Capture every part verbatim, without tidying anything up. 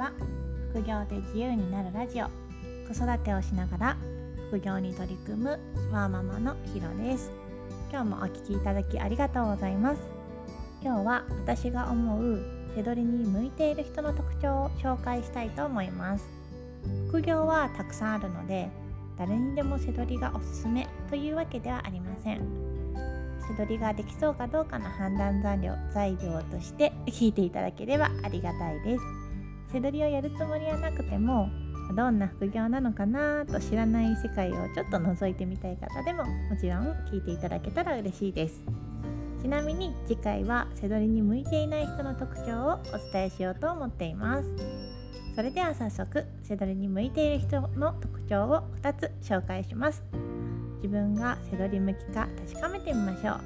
は副業で自由になるラジオ。子育てをしながら副業に取り組むワーママのひろです。今日もお聞きいただきありがとうございます。今日は私が思う手取りに向いている人の特徴を紹介したいと思います。副業はたくさんあるので、誰にでも背取りがおすすめというわけではありません。背取りができそうかどうかの判断材料、材料として聞いていただければありがたいです。背取りをやるつもりはなくても、どんな副業なのかなと知らない世界をちょっと覗いてみたい方でももちろん聞いていただけたら嬉しいです。ちなみに次回は背取りに向いていない人の特徴をお伝えしようと思っています。それでは早速、背取りに向いている人の特徴をふたつ紹介します。自分が背取り向きか確かめてみましょう。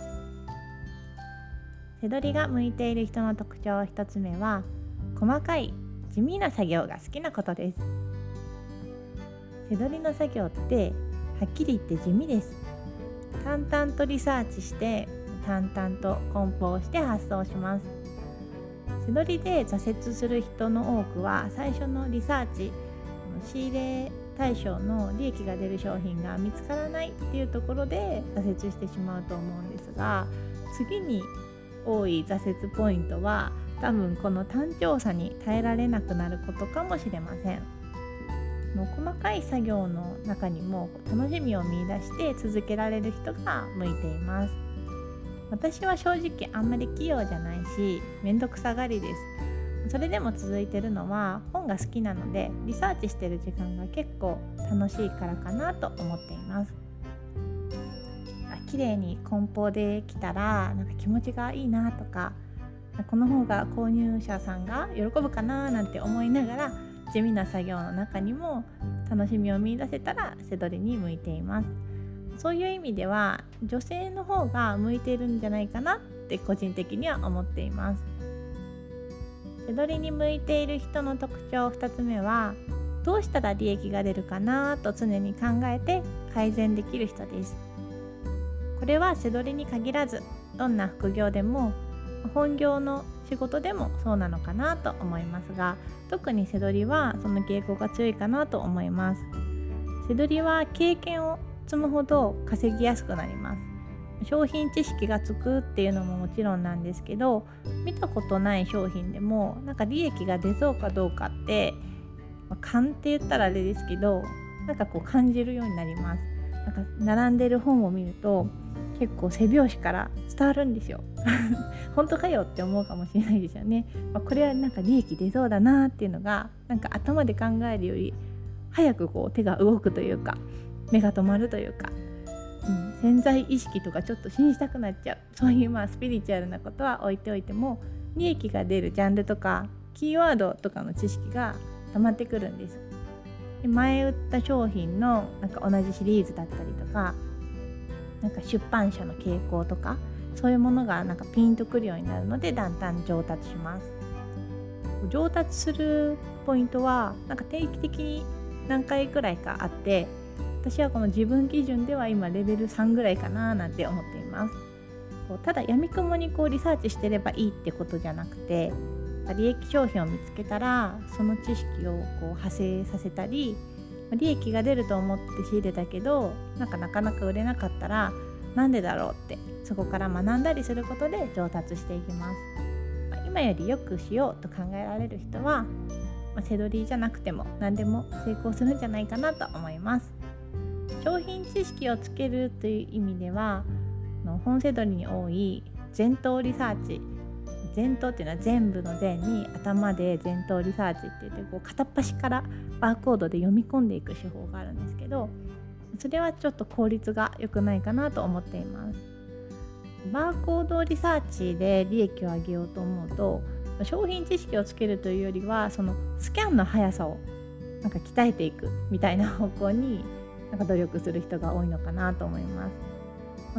背取りが向いている人の特徴ひとつめは、細かい地味な作業が好きなことです。背取りの作業ってはっきり言って地味です。淡々とリサーチして、淡々と梱包して発送します。背取りで挫折する人の多くは、最初のリサーチ、仕入れ対象の利益が出る商品が見つからないっていうところで挫折してしまうと思うんですが、次に多い挫折ポイントは多分この単調さに耐えられなくなることかもしれません。もう細かい作業の中にも楽しみを見出して続けられる人が向いています。私は正直あんまり器用じゃないし、めんどくさがりです。それでも続いてるのは本が好きなので、リサーチしてる時間が結構楽しいからかなと思っています。綺麗に梱包できたらなんか気持ちがいいなとか、この方が購入者さんが喜ぶかななんて思いながら、地味な作業の中にも楽しみを見出せたら背取りに向いています。そういう意味では女性の方が向いているんじゃないかなって個人的には思っています。背取りに向いている人の特徴ふたつめは、どうしたら利益が出るかなと常に考えて改善できる人です。これは背取りに限らず、どんな副業でも本業の仕事でもそうなのかなと思いますが、特に背取りはその傾向が強いかなと思います。背取りは経験を積むほど稼ぎやすくなります。商品知識がつくっていうのももちろんなんですけど、見たことない商品でもなんか利益が出そうかどうかって、まあ、勘って言ったらあれですけど、なんかこう感じるようになります。なんか並んでる本を見ると結構背表紙から伝わるんですよ本当かよって思うかもしれないですよね。まあ、これはなんか利益出そうだなっていうのが、なんか頭で考えるより早くこう手が動くというか、目が止まるというか、うん、潜在意識とかちょっと信じたくなっちゃう、そういうまあスピリチュアルなことは置いておいても、利益が出るジャンルとかキーワードとかの知識が溜まってくるんです。で、前売った商品のなんか同じシリーズだったりとか、なんか出版社の傾向とか、そういうものがなんかピンとくるようになるので、だんだん上達します。上達するポイントはなんか定期的に何回くらいかあって、私はこの自分基準では今レベルさんぐらいかななんて思っています。こうただ闇雲にこうリサーチしてればいいってことじゃなくて、利益商品を見つけたらその知識をこう派生させたり、利益が出ると思って仕入れたけどなんかなかなか売れなかったらなんでだろうって、そこから学んだりすることで上達していきます。まあ、今よりよくしようと考えられる人は、まあ、背取りじゃなくても何でも成功するんじゃないかなと思います。商品知識をつけるという意味では、本背取りに多い前頭リサーチ、前頭っていうのは全部の前に頭で前頭リサーチって言って、こう片っ端からバーコードで読み込んでいく手法があるんですけど、それはちょっと効率が良くないかなと思っています。バーコードリサーチで利益を上げようと思うと、商品知識をつけるというよりは、そのスキャンの速さをなんか鍛えていくみたいな方向になんか努力する人が多いのかなと思います。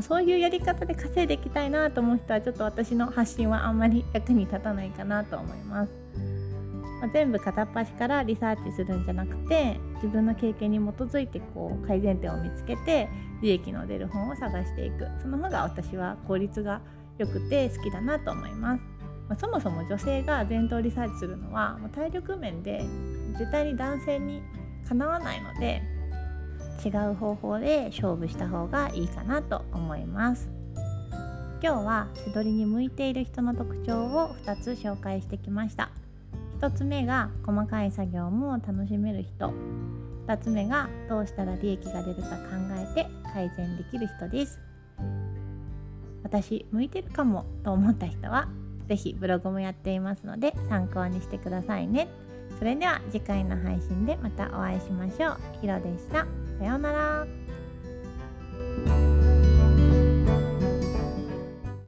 そういうやり方で稼いでいきたいなと思う人は、ちょっと私の発信はあんまり役に立たないかなと思います。まあ、全部片っ端からリサーチするんじゃなくて、自分の経験に基づいてこう改善点を見つけて利益の出る本を探していく、その方が私は効率が良くて好きだなと思います。 まあ、そもそも女性が前頭リサーチするのは、まあ、体力面で絶対に男性にかなわないので、違う方法で勝負した方がいいかなと思います。今日は背取りに向いている人の特徴をふたつ紹介してきました。ひとつめが細かい作業も楽しめる人、ふたつめがどうしたら利益が出るか考えて改善できる人です。私向いてるかもと思った人はぜひブログもやっていますので参考にしてくださいね。それでは次回の配信でまたお会いしましょう。ひろでした。さようなら。